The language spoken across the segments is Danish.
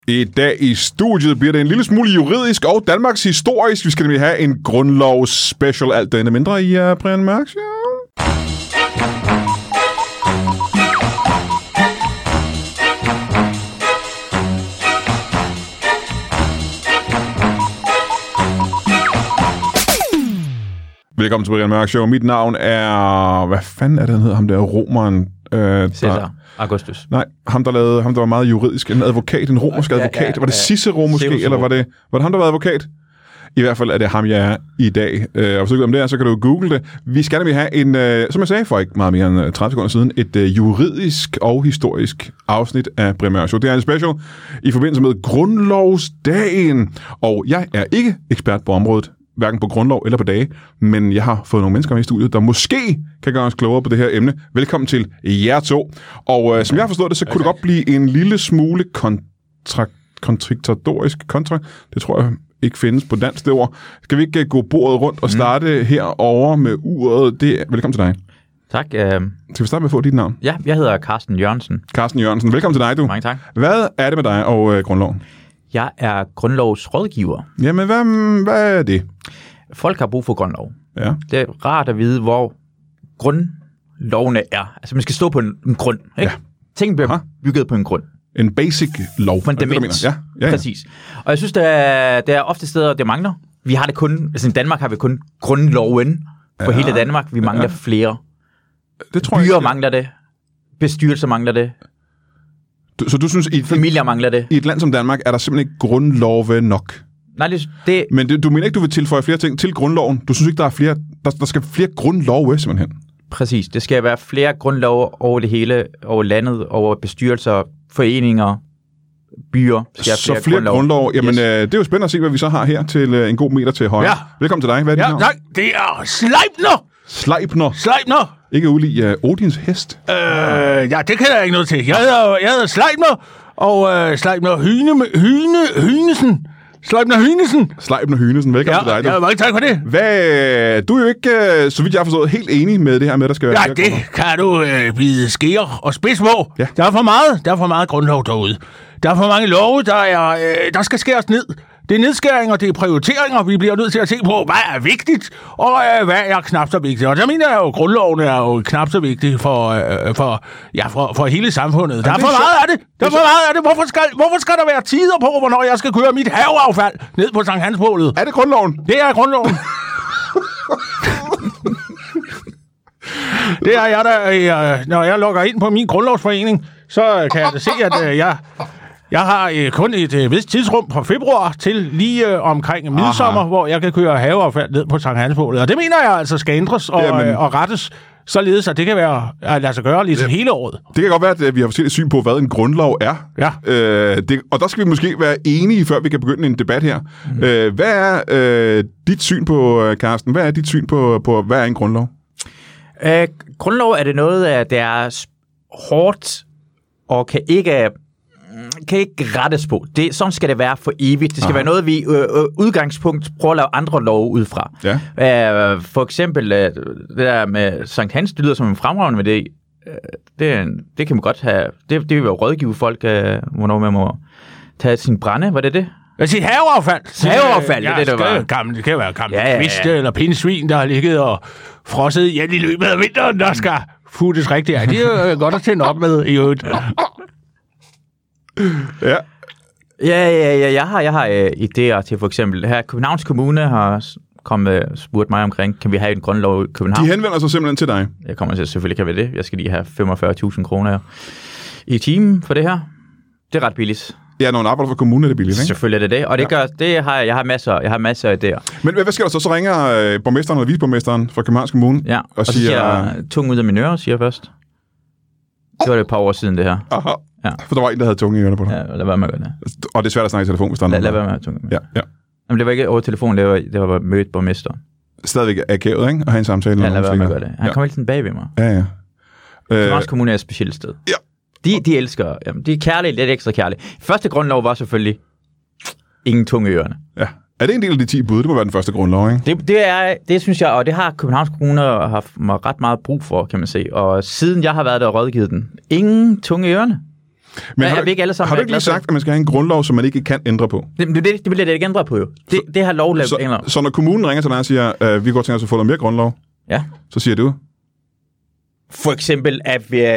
I dag i studiet bliver det en lille smule juridisk og Danmarks historisk. Vi skal nemlig have en grundlovsspecial, alt det andet mindre i Brian Mørk Show. Velkommen til Brian Mørk Show. Mit navn er... Hvad fanden er det, han hedder? Ham der romeren... Cæsar Augustus. Nej, ham der var meget juridisk. En advokat, en romersk advokat. Var det Cicero måske, eller var det ham, der var advokat? I hvert fald er det ham, jeg er i dag. Og hvis du ikke ved om det er, så kan du google det. Vi skal nemlig have en, som jeg sagde for ikke meget mere end 30 sekunder siden, et juridisk og historisk afsnit af Brian Mørk Show. Det er en special i forbindelse med Grundlovsdagen. Og jeg er ikke ekspert på området, hverken på grundlov eller på dage, men jeg har fået nogle mennesker med i studiet, der måske kan gøre os klogere på det her emne. Velkommen til jer to. Og som jeg har forstået det, så kunne det godt blive en lille smule kontraktadorisk. Det tror jeg ikke findes på dansk, det ord. Skal vi ikke gå bordet rundt og starte herovre med uret? Velkommen til dig. Tak. Skal vi starte med at få dit navn? Ja, jeg hedder Carsten Jørgensen. Carsten Jørgensen. Velkommen til dig, du. Mange tak. Hvad er det med dig og grundloven? Jeg er grundlovsrådgiver. Jamen, hvad er det? Folk har brug for grundlov. Ja. Det er rart at vide, hvor grundlovene er. Altså, man skal stå på en grund, ikke? Ja. Ting bliver bygget på en grund. En basic lov. Fundament. Ja. Præcis. Og jeg synes, der er ofte steder, det mangler. Vi har det kun... Altså, i Danmark har vi kun grundloven for hele Danmark. Vi mangler flere. Det tror byer mangler det. Bestyrelser mangler det. Så du synes, familier mangler det. I et land som Danmark er der simpelthen ikke grundlove nok? Nej, det... Men du mener ikke, du vil tilføje flere ting til grundloven? Du synes ikke, der er flere... Der skal flere grundlove, simpelthen? Præcis. Det skal være flere grundlove over det hele, over landet, over bestyrelser, foreninger, byer. Så flere grundlove. Jamen, det er jo spændende at se, hvad vi så har her til en god meter til højre. Ja. Velkommen til dig. Hvad er dit navn? Tak. Det er Sleipner. Sleipner? Ikke ulig Odins hest? Ja, det kan jeg ikke noget til. Jeg hedder Sleipner, og Sleipner Hynesen. Sleipner Hynesen, velkommen til dig. Ja, mange tak for det. Du er jo ikke, så vidt jeg har forstået, helt enig med det her med, der skal være... Ja, det kan du blive skære og spids på. Ja. Der er for meget grundlov derude. Der er for mange love, der skal skæres ned. Det er nedskæringer, det er prioriteringer, vi bliver nødt til at se på, hvad er vigtigt, og hvad er knap så vigtigt. Og der mener jeg jo, at grundloven er jo knap så vigtig for hele samfundet. Der er for meget af det. Hvorfor skal der være tider på, hvornår jeg skal køre mit haveaffald ned på Sankt Hansbålet? Er det grundloven? Det er grundloven. Det er jeg da, når jeg logger ind på min grundlovsforening, så kan jeg da se, at jeg har kun et vist tidsrum fra februar til lige omkring midsommer, hvor jeg kan køre haveaffald ned på Sankt Hansbålet. Og det mener jeg altså skal ændres og rettes, således at det kan være at lade sig gøre ligesom hele året. Det kan godt være, at vi har forskellige syn på, hvad en grundlov er. Ja. Og der skal vi måske være enige, før vi kan begynde en debat her. Hvad er dit syn på, Carsten? Hvad er dit syn på hvad er en grundlov? Grundlov er det noget, der er hårdt og kan ikke rettes på. Sådan skal det være for evigt. Det skal være noget, vi udgangspunkt prøver at lave andre love ud fra. Ja. For eksempel det der med Sankt Hans, det lyder som en fremragende med det. Det kan man godt have. Det vil jo rådgive folk, hvornår man må tage sin brænde. Var det det? Jeg siger haveaffald. Haveaffald, det var. Gammel, det kan være gammel kviste eller pindsvin, der har ligget og frosset igen i løbet af vinteren, der skal futtes rigtigt. Ja, det er jo godt at tænde op med i øvrigt. Ja. Jeg har idéer til for eksempel. Her Københavns Kommune har spurgt mig omkring, kan vi have en grundlov i København? De henvender sig simpelthen til dig? Jeg kommer til, selvfølgelig kan vi det. Jeg skal lige have 45.000 kroner i timen for det her. Det er ret billigt. Ja, når man arbejder for kommunen er det billigt, ikke? Selvfølgelig er det. Og det har jeg har masser af idéer. Men hvad sker der så? Så ringer borgmesteren eller viceborgmesteren fra Københavns Kommune og siger tung ud af mine ører, siger først. Det var det et par år siden, det her. Aha. Ja. For der var en, der havde tunge i ørerne på dig. Ja, lad være med at gøre det. Og det er svært at snakke i telefon, hvis der er noget. Lad være med at tunge. Ja. Jamen, det var ikke over telefon, det var mødt borgmesteren. Stadigvæk akavet, ikke? Og have en samtale. Ja, lad være med at gøre det. Han kom hele tiden bag ved mig. Ja. Københavns Kommune er et specielt sted. Ja. De elsker, de er kærlige, lidt ekstra kærlige. Første grundlov var selvfølgelig ingen tunge i ørerne. Ja. Er det en del af de 10 bud? Det må være den første grundlov, ikke? Det synes jeg, og det har Københavns Kommune haft ret meget brug for, kan man se. Og siden jeg har været der og rådgivet den, ingen tunge i ørerne. Men er vi ikke alle sammen har du ikke lige sagt, at man skal have en grundlov, som man ikke kan ændre på? Det vil jeg ikke ændre på, jo. Det har lov lavet ændre. Så når kommunen ringer til dig og siger, vi går til os at få noget mere grundlov, så siger du? For eksempel, at vi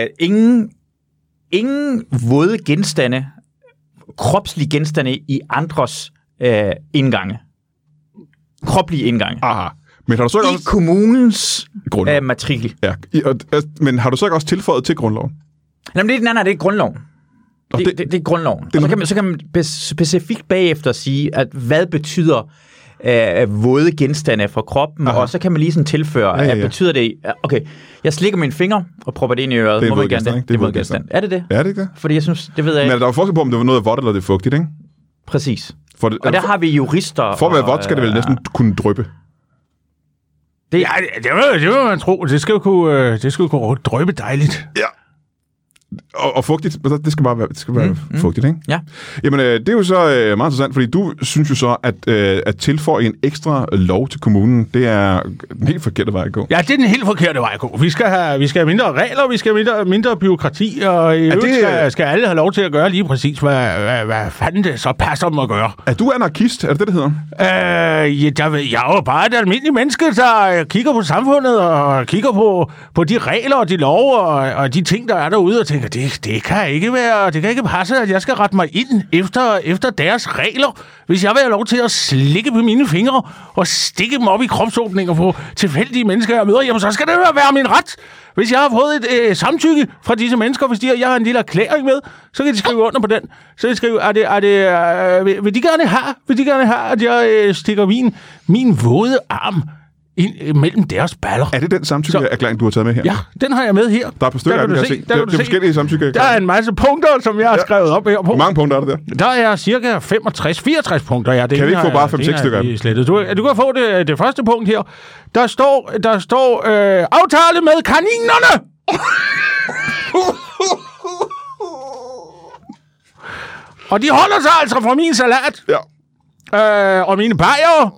ingen våde genstande, kropslige genstande i andres indgange. Kropslige indgange. Aha. Men har du så ikke også... kommunens matrikel. Ja. Men har du så ikke også tilføjet til grundloven? Jamen, det er grundloven. Det er grundloven. Så kan man specifikt bagefter sige, at hvad betyder våde genstande fra kroppen, og så kan man lige sådan tilføre, at betyder det... Okay, jeg slikker mine fingre og propper det ind i øret. Det er våde genstand, ikke? Det er våde genstand. Er det det? Er det ikke det? Fordi jeg synes, det ved jeg ikke. Men der er jo forskel på, om det var noget vådt eller det er fugtigt, ikke? Præcis. Og der har vi jurister... For at være vådt skal det vel næsten kunne dryppe. Det vil man tro. Det skal jo kunne dryppe dejligt. Ja. Og fugtigt, det skal bare være fugtigt, ikke? Ja. Jamen, det er jo så meget interessant, fordi du synes jo så, at tilføje en ekstra lov til kommunen, det er den helt forkerte vej at gå. Ja, det er den helt forkerte vej at gå. Vi skal have mindre regler, vi skal have mindre byråkrati, og i øvrigt skal alle have lov til at gøre lige præcis, hvad fanden det så passer dem at gøre. Er du anarkist? Er det det hedder? Jeg er jo bare et almindeligt menneske, der kigger på samfundet, og kigger på de regler og de love, og de ting, der er derude, og tænker, det kan ikke passe, at jeg skal rette mig ind efter deres regler. Hvis jeg vil have lov til at slikke på mine fingre og stikke dem op i kropsåbninger på tilfældige mennesker, jeg møder, jamen så skal det være min ret. Hvis jeg har fået et samtykke fra disse mennesker, hvis jeg har en lille erklæring med, så kan de skrive under på den. Så kan de skrive, vil de gerne have, at jeg stikker min våde arm ind mellem deres baller. Er det den samtykkeerklæring, du har taget med her? Ja, den har jeg med her. Der er på stykker, jeg har set. Det er forskellige samtykkeerklæringer. Der er en masse punkter, som jeg har skrevet op her på. Hvor mange punkter er det der? Der er cirka 64 punkter. Ja, det kan vi ikke få bare 5-6 stykker af dem? Du kan få det første punkt her. Der står aftale med kaninerne! Og de holder sig altså fra min salat. Ja. Og mine bajer.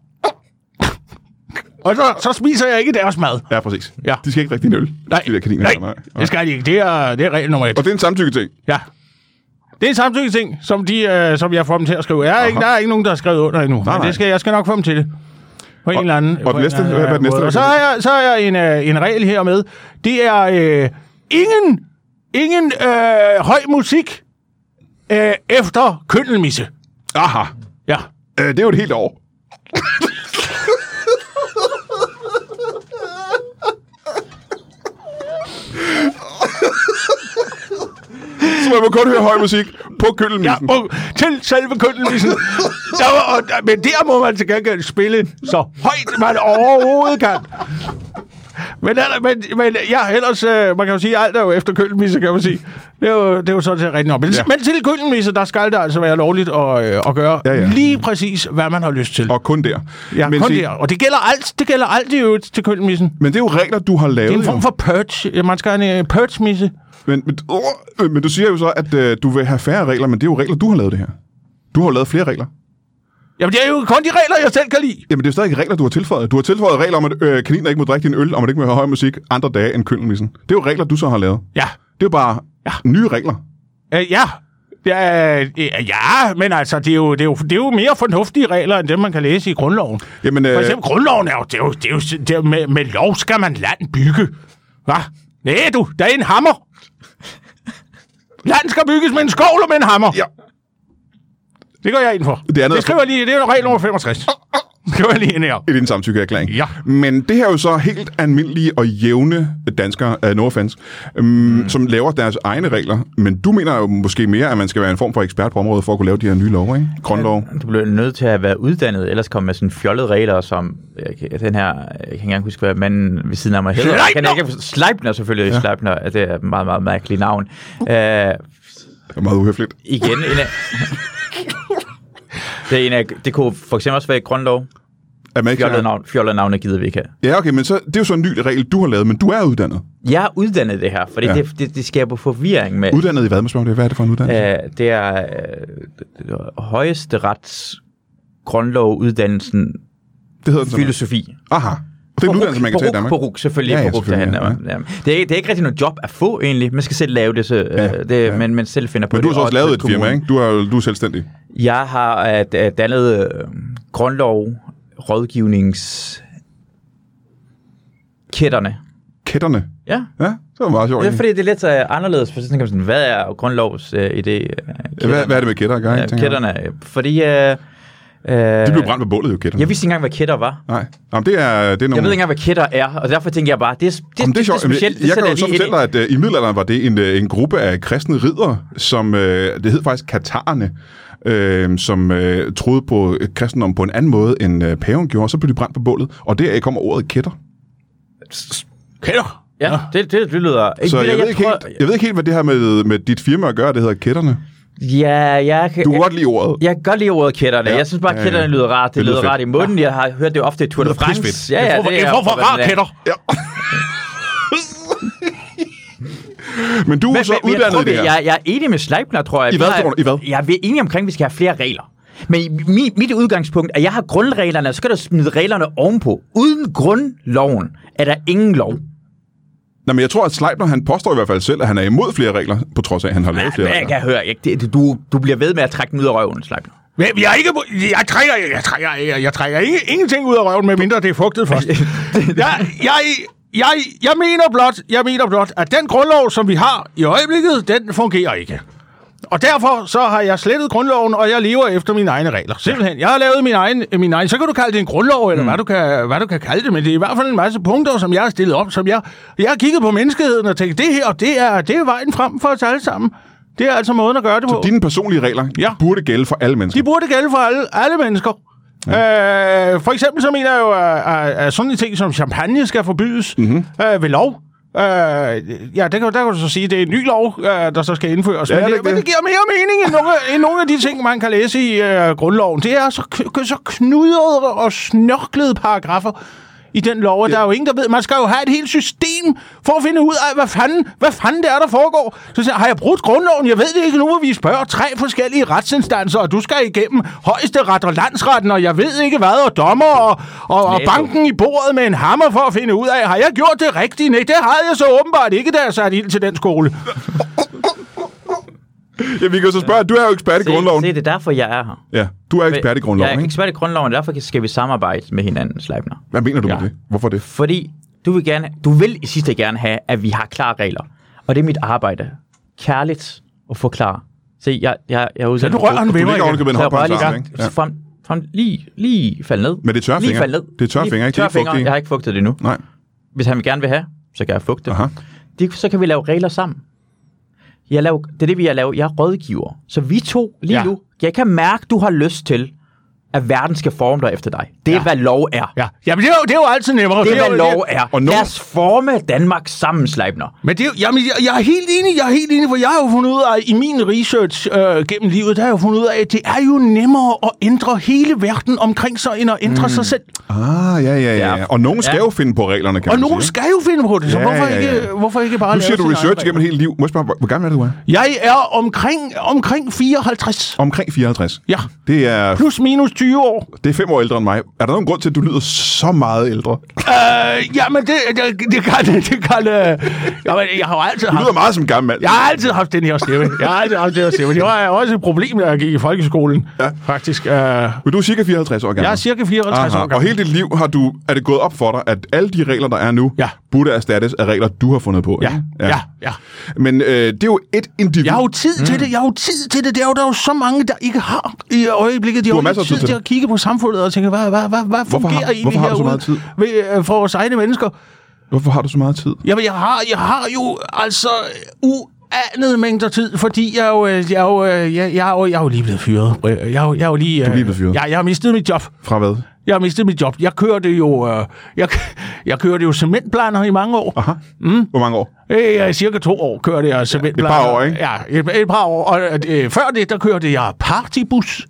Og så spiser jeg ikke deres mad. Ja, præcis. Ja. De skal ikke rigtig en øl. Nej, det skal de ikke. Det er regel nummer 1. Og det er en samtykke-ting? Ja. Det er en samtykke-ting, som jeg får dem til at skrive. Der er ikke nogen, der har skrevet under endnu. Nej. Men jeg skal nok få dem til det. På en eller anden. Og det næste? Hvad er det næste? Og så har jeg en regel her med. Det er ingen høj musik efter køndelmisse. Aha. Ja. Det er jo et helt år. Så man må kun høre høj musik på køndelmissen. Ja, til selve køndelmissen. Men der må man til gengæld spille så højt, man overhovedet kan. Men ja, ellers, man kan jo sige, alt er jo efter køndelmisse, kan man sige. Det er jo sådan set rigtigt nok. Men til køndelmisse, der skal det altså være lovligt at gøre lige præcis, hvad man har lyst til. Og kun der. Ja, men kun der. Og det gælder alt i øvrigt til køndelmissen. Men det er jo regler, du har lavet. Det er en form for purge. Man skal have en purge-misse. Men du siger jo så, at du vil have færre regler, men det er jo regler, du har lavet det her. Du har lavet flere regler. Jamen, det er jo kun de regler, jeg selv kan lide. Jamen, det er jo stadig regler, du har tilføjet. Du har tilføjet regler om, at kaniner ikke må drikke din øl, og man ikke må høre høj musik andre dage end køndelmissen. Det er jo regler, du så har lavet. Ja. Det er jo bare nye regler. Ja, men altså, det er jo mere fornuftige regler, end dem, man kan læse i grundloven. Jamen, for eksempel, grundloven det er jo med lov skal man land bygge. Hvad? Nej, der er en hammer. Land skal bygges med en skovl og med en hammer. Ja. Det går jeg ind for. Det skriver lige, det er jo regel nummer 65. Det skriver jeg lige ind her. I din samtykkeerklæring. Ja. Men det her er jo så helt almindelige og jævne danskere, no offense, som laver deres egne regler. Men du mener jo måske mere, at man skal være en form for ekspert på området for at kunne lave de her nye love, ikke? Grundlov. Du bliver nødt til at være uddannet, ellers kommer med sådan fjollede regler, som den her, jeg kan ikke engang huske, hvad manden ved siden af mig hedder. Sleipner selvfølgelig. Ja. Sleipner, det er et meget, meget mærkeligt navn. Det er meget uhøfligt. Igen, det kunne for eksempel også være et grundlov. Fjollet navne gider vi ikke have. Ja, okay, men så, det er jo så en ny regel, du har lavet, men du er uddannet. Jeg er uddannet det her, fordi det skaber forvirring med... Uddannet i hvad, måske? Hvad er det for en uddannelse? Det er højesterets grundlovuddannelsen. Det hedder filosofi. Aha. det er en uddannelse, man kan tage i Danmark. Peruk, selvfølgelig. Ja, Peruk, det er ikke rigtig noget job at få, egentlig. Man skal selv lave det, men man selv finder på det. Men du har så også lavet et firma, ikke? Du er selvstændig. Jeg har dannet grundlovrådgivningskætterne. Kætterne? Ja. Ja, det var meget sjovt. Det er fordi, det er lidt anderledes, for så tænker man sådan, hvad er grundlovs idé? Hvad er det med kætter at gøre? Ja, kætterne, fordi... de blev brændt på bålet, jo, kætterne. Jeg vidste ikke engang, hvad kætter var. Nej. Jamen, det er nogle... Jeg ved ikke engang, hvad kætter er, og derfor tænker jeg bare, det er specielt. Jeg kan jo så fortælle dig, at i middelalderen var det en gruppe af kristne riddere, som det hed faktisk katarerne, som troede på kristendom på en anden måde, end paven gjorde, så blev de brændt på bålet, og deraf kommer ordet kætter. Kætter? Ja, det lyder... Så jeg ved ikke helt, hvad det har med dit firma at gøre, det hedder kætterne. Ja, du kan godt lide ordet. Jeg kan godt lide ordet kætterne. Ja. Jeg synes bare, kætterne lyder rart. Det lyder rart i munden. Jeg har hørt det ofte i Tour de France. Ja, det er for rart kætter. Ja. Men du er så uddannet i det her. Jeg er enig med Sleipner, tror jeg. I hvad? Jeg er enig omkring, at vi skal have flere regler. Men mit udgangspunkt er, at jeg har grundreglerne, og så kan du smide reglerne ovenpå. Uden grundloven er der ingen lov. Nå, men jeg tror, at Sleipner, han påstår i hvert fald selv, at han er imod flere regler, på trods af, at han har lavet flere regler. Jeg kan høre, du bliver ved med at trække den ud af røven, Sleipner. Jeg trækker ingenting ud af røven, medmindre det er fugtet først. Jeg mener blot, at den grundlov, som vi har i øjeblikket, den fungerer ikke. Og derfor så har jeg slettet grundloven, og jeg lever efter mine egne regler. Simpelthen. Jeg har lavet min egen. Så kan du kalde det en grundlov, eller hvad du kan kalde det, men det er i hvert fald en masse punkter, som jeg har stillet op, som jeg har kigget på menneskeheden og tænkt, det her, det er vejen frem for os alle sammen. Det er altså måden at gøre det på. Så dine personlige regler burde gælde for alle mennesker? De burde gælde for alle mennesker. Ja. For eksempel så mener jeg jo, at sådan en ting som champagne skal forbydes ved lov. Der kan du så sige, at det er en ny lov, der så skal indføres. Ja, men det giver mere mening end nogle af de ting, man kan læse i grundloven. Det er så knudrede og snørklede paragrafer i den lov, der er jo ingen, der ved. Man skal jo have et helt system for at finde ud af, hvad fanden det er, der foregår. Så siger, har jeg brudt grundloven? Jeg ved det ikke nu, hvor vi spørger 3 forskellige retsinstanser, og du skal igennem højesteret og landsretten, og jeg ved ikke hvad, og dommer og banken i bordet med en hammer for at finde ud af, har jeg gjort det rigtigt? Nej, det havde jeg så åbenbart ikke, da jeg satte ild til den skole. Ja, vi kan så spørge, du er jo ekspert i grundloven. Se, det er derfor, jeg er her. Ja, du er ekspert i grundloven, Jeg er ekspert i grundloven, og derfor skal vi samarbejde med hinanden, Sleipner. Hvad mener du med det? Hvorfor det? Fordi du vil i sidste gerne have, at vi har klare regler. Og det er mit arbejde. Kærligt at forklare. Se, jeg er ude. Så du rører den ved mig igen. Lige falde ned. Men det er tørre fingre. Det er tørre fingre, ikke? Tørre fingre. Jeg har ikke fugtet det endnu. Nej. Hvis han gerne vil have, så kan jeg fugte det. Så kan vi lave regler sammen. Det er det, vi har lavet. Jeg er rådgiver. Så vi to lige nu, jeg kan mærke, du har lyst til, at verden skal forme dig efter dig. Det er, hvad lov er. Ja, men det er jo altid nemmere. Det er, hvad lov er. Og lad os forme Danmark sammen, Sleipner. Men jeg er helt enig, for jeg har jo fundet ud af, i min research gennem livet, der har jeg jo fundet ud af, at det er jo nemmere at ændre hele verden omkring sig, end at ændre sig selv. Ja. Og nogen skal jo finde på reglerne, kan man sige. Og nogen skal jo finde på det, så hvorfor ikke bare lave siger du research gennem et helt liv. Må jeg spørge, hvor gammel er du? Jeg er omkring 54. Omkring 54? Ja. Det er... Plus minus 20 år. Det er 5 år ældre end mig. Er der nogen grund til, at du lyder så meget ældre? Jamen, det kan... Jamen, jeg har altid haft... Du lyder meget som gammel mand. Jeg har altid haft den her stemme. Det var også et problem, da jeg gik i folkeskolen, faktisk. Men du er cirka 54 år gammel? Jeg er cirka 54 år gammel. Og hele dit liv er det gået op for dig, at alle de regler, der er nu, burde erstattes af regler, du har fundet på. Ja. Men det er jo et individ. Jeg har jo tid til det. Det er jo så mange, der ikke har i øjeblikket. De har jo tid til at kigge på samfundet og tænke, hvad fungerer egentlig herude for vores egne mennesker? Hvorfor har du så meget tid? Jamen, jeg har jo altså uanede mængder tid, fordi jeg er jo lige blevet fyret. Du er lige blevet fyret? Jeg har mistet mit job. Fra hvad? Jeg har mistet mit job. Jeg kørte jo cementplaner i mange år. Aha. Hvor mange år? Cirka 2 år kørte jeg cementplaner. Et par år, ikke? Ja, et par år. Og før det, der kørte jeg partybus.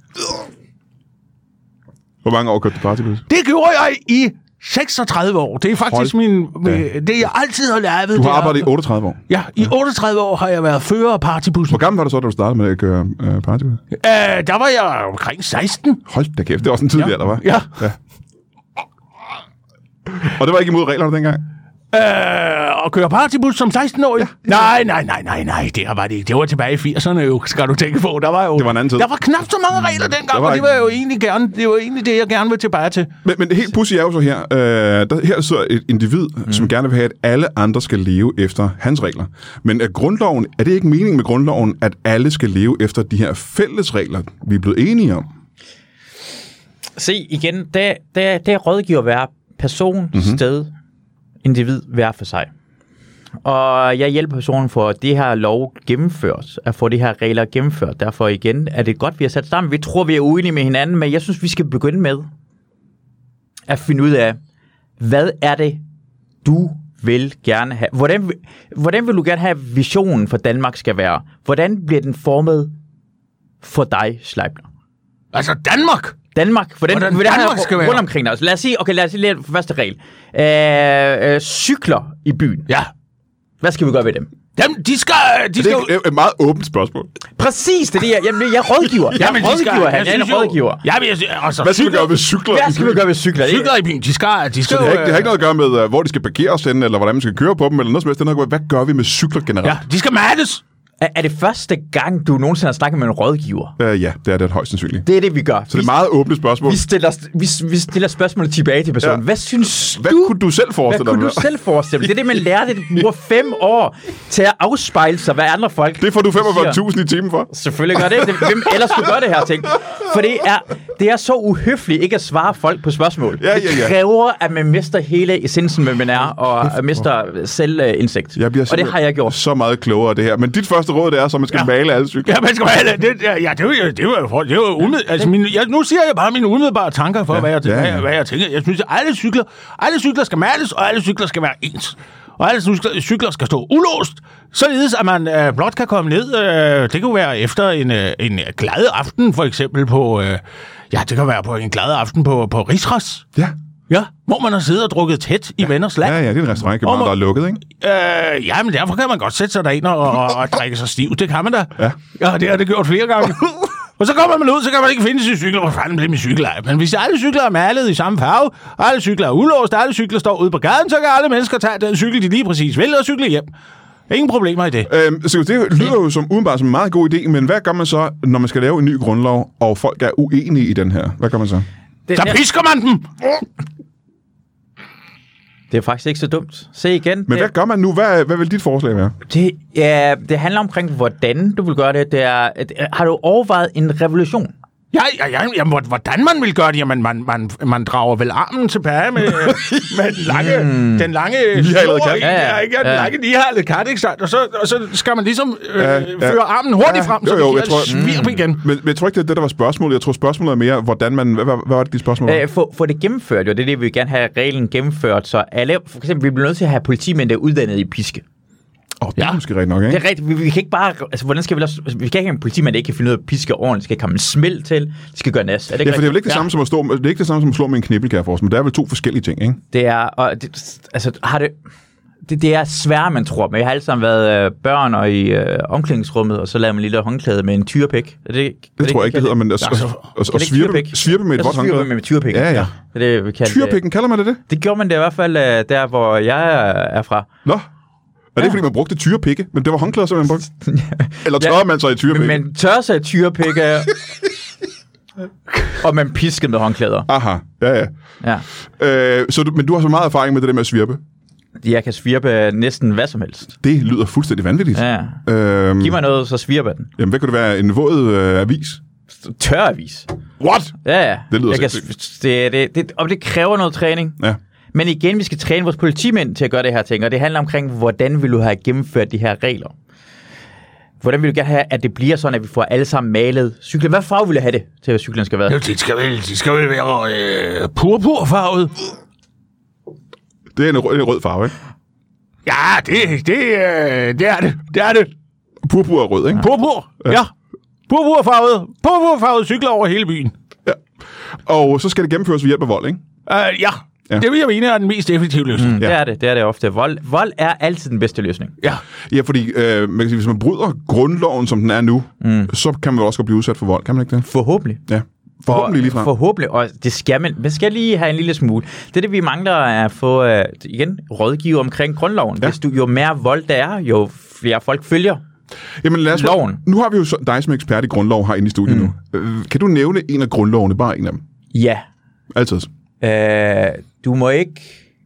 Hvor mange år kørte du partybus? Det gjorde jeg i 36 år. Det er faktisk det, jeg altid har lavet. Du har arbejdet i 38 år? Ja, i 38 år har jeg været fører af partybussen. Hvor gammel var du så, da du startede med at køre partybus? Der var jeg omkring 16. Hold da kæft, det var også en tidligere, der var. Ja. Og det var ikke imod reglerne dengang? Og køre partybus som 16-årig? Ja. Nej, det var det ikke. Det var tilbage i 80'erne jo, skal du tænke på. Det var en anden tid. Der var knap så mange regler dengang, og det var jo egentlig det, jeg gerne vil tilbage til. Men det helt pudsige er jo så her. Her sidder et individ, som gerne vil have, at alle andre skal leve efter hans regler. Men er det ikke meningen med grundloven, at alle skal leve efter de her fælles regler, vi er blevet enige om? Se, igen, det er rådgiver hver person, sted, individ hver for sig. Og jeg hjælper personen for at det her lov gennemført, at få de her regler gennemført. Derfor igen er det godt, vi har sat sammen. Vi tror, vi er uenige med hinanden, men jeg synes, vi skal begynde med at finde ud af, hvad er det, du vil gerne have? Hvordan vil du gerne have visionen for Danmark skal være? Hvordan bliver den formet for dig, Sleipner? Altså Danmark, hvordan Danmark skal være rundt omkring dig. Altså, lad os sige lidt for første regel. Cykler i byen. Ja. Hvad skal vi gøre ved dem? De skal det er et meget åbent spørgsmål. Præcis, det er det. Jeg er rådgiver. Jeg er rådgiver. Hvad skal vi gøre ved cykler? Cykler i byen, de skal det har ikke noget at gøre med, hvor de skal parkeres henne, eller hvordan man skal køre på dem, eller noget som helst. Det har noget at gøre med, hvad gør vi med cykler generelt? Ja, de skal mattes. Er det første gang, du nogensinde har snakket med en rådgiver? Ja, det er det højst sandsynligt. Det er det, vi gør. Så det er meget åbne spørgsmål. Vi stiller spørgsmål tilbage til personen. Ja. Hvad synes du? Kunne du selv forestille dig? Det er det, man lærte. Det bruger 5 år til at afspejle sig, hvad andre folk Det får du 45.000 i timen for. Selvfølgelig gør det. Hvem ellers skulle gøre det her ting? For det er så uhøfligt ikke at svare folk på spørgsmål. Ja. Det kræver, at man mister hele essensen, med man er, og mister selvindsigt. Og det har jeg gjort. Så meget klogere det her. Men dit første råd, det er, så man skal male alle cykler. Ja, man skal male. Det var jo umiddelbart. Altså, nu siger jeg bare mine umiddelbare tanker for, hvad jeg tænker. Jeg synes, at alle cykler skal males, og alle cykler skal være ens. Og alle cykler skal stå ulåst, således at man blot kan komme ned. Det kan være efter en glad aften, for eksempel på... det kan være på en glad aften på Rigsras. Ja. Ja, hvor man har siddet og drukket tæt i venners land. Ja, det er en restaurant, der er lukket, ikke? Men derfor kan man godt sætte sig derind og drikke sig stiv. Det kan man da. Ja, det har det gjort flere gange. Og så kommer man ud, så kan man ikke finde sin cykel. Hvor fanden bliver min cykel af? Men hvis alle cykler er malet i samme farve, og alle cykler er ulåst, og alle cykler står ude på gaden, så kan alle mennesker tage den cykel, de lige præcis vil, og cykle hjem. Ingen problemer i det. Så det lyder jo udenbart som en meget god idé, men hvad gør man så, når man skal lave en ny grundlov, og folk er uenige i den her? Hvad gør man så? Så pisker man dem! Det er faktisk ikke så dumt. Se igen. Men hvad gør man nu? Hvad vil dit forslag være? Det handler omkring, hvordan du vil gøre det. Har du overvejet en revolution? Jamen, hvordan man vil gøre det? Jamen, man drager vel armen tilbage med den lange nihalede kat. Den lange nihalede kat, ikke sandt? Og så skal man ligesom føre armen hurtigt frem, så det giver svirp igen. Men jeg tror ikke, det er det, der var spørgsmålet. Jeg tror, spørgsmålet er mere, hvordan man... Hvad var det, de spørgsmål var? For det gennemført, jo. Det er det, vi vil gerne have reglen gennemført. Så alle... For eksempel, vi bliver nødt til at have politimænd, der er uddannet i piske. Det er måske rigtigt nok, ikke? Det er rigtigt. Vi kan ikke bare... Altså, hvordan skal vi også... Vi kan ikke have en politimand, der ikke kan finde ud af at piske ordentligt. Det skal komme en smæld til. Det skal gøre næst. For det er vel ikke det samme som at stå... Det er ikke det samme som at slå med en knibbel, kan jeg forestille mig. Det er vel 2 forskellige ting, ikke? Det er... Og det er sværere, man tror. Men jeg har alle sammen været børn og i omklædningsrummet, og så laver man en lille håndklæde med en tyrepik. Det tror jeg ikke, det hedder, men svirpe med et vådt håndklæde. Svirpe med tyrepik. Ja. Det, tyrepikken, kalder man det? Det gjorde man det i hvert fald der, hvor jeg er fra. Nå. Er det fordi, man brugte tyrepikke? Men det var håndklæder, som man brugte? Eller tørrer man sig i tyrepikke? Men tørrer sig i tyrepikke, og man piskede med håndklæder. Aha, ja. Men du har så meget erfaring med det der med at svirpe? Jeg kan svirpe næsten hvad som helst. Det lyder fuldstændig vanvittigt. Ja. Giv mig noget, så svirper den. Jamen, hvad kunne det være? En våd avis? Tør avis. What? Ja. Det lyder sindssygt. Og det kræver noget træning. Ja. Men igen, vi skal træne vores politimænd til at gøre det her ting, og det handler omkring, hvordan vil du have gennemført de her regler? Hvordan vil du gerne have, at det bliver sådan, at vi får alle sammen malet cykler? Hvad farve vil du have det til, at cyklen skal være? Jo, de skal vel være purpurfarvet. Det er en rød farve, ikke? Ja, det er det. Purpur er rød, ikke? Purpur, ja. Purpurfarvet cykler over hele byen. Ja. Og så skal det gennemføres ved hjælp af vold, ikke? Ja. Det vil jeg mene er den mest effektive løsning. Det er det ofte. Vold er altid den bedste løsning. Ja, fordi man kan sige, hvis man bryder grundloven, som den er nu, så kan man også blive udsat for vold, kan man ikke det? Forhåbentlig. Ja. Forhåbentlig lige frem. Forhåbentlig, og det skal man skal lige have en lille smule. Det vi mangler er at få, igen, rådgiver omkring grundloven. Ja. Jo mere vold der er, jo flere folk følger. Jamen lad os loven. Nu har vi jo dig som ekspert i grundlov herinde i studiet nu. Kan du nævne en af grundlovene, bare en af dem? Ja. Altid. Du må ikke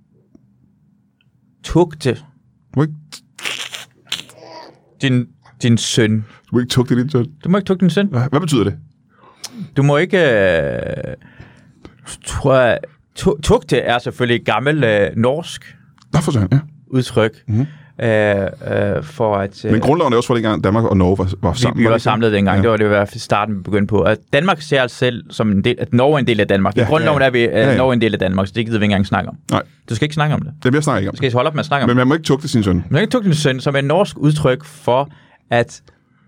tugte din søn. Du må ikke tugte din søn? Du må ikke tugte din søn. Hvad betyder det? Du må ikke... tugte er selvfølgelig gammel norsk udtryk. Mm-hmm. For at... Men grundloven er også for dengang, Danmark og Norge var sammen. Vi var samlet dengang. Ja. Det var det i hvert fald starten, vi begyndte på. At Danmark ser sig selv som en del... At Norge er en del af Danmark. I grundloven er vi... Norge er en del af Danmark, så det gider vi ikke engang snakke om. Nej. Du skal ikke snakke om det. Det vil jeg snakke ikke om. Du skal holde op med at snakke om det. Men man må ikke tugte sin søn. Man må ikke tugte sin søn, som er et norsk udtryk for at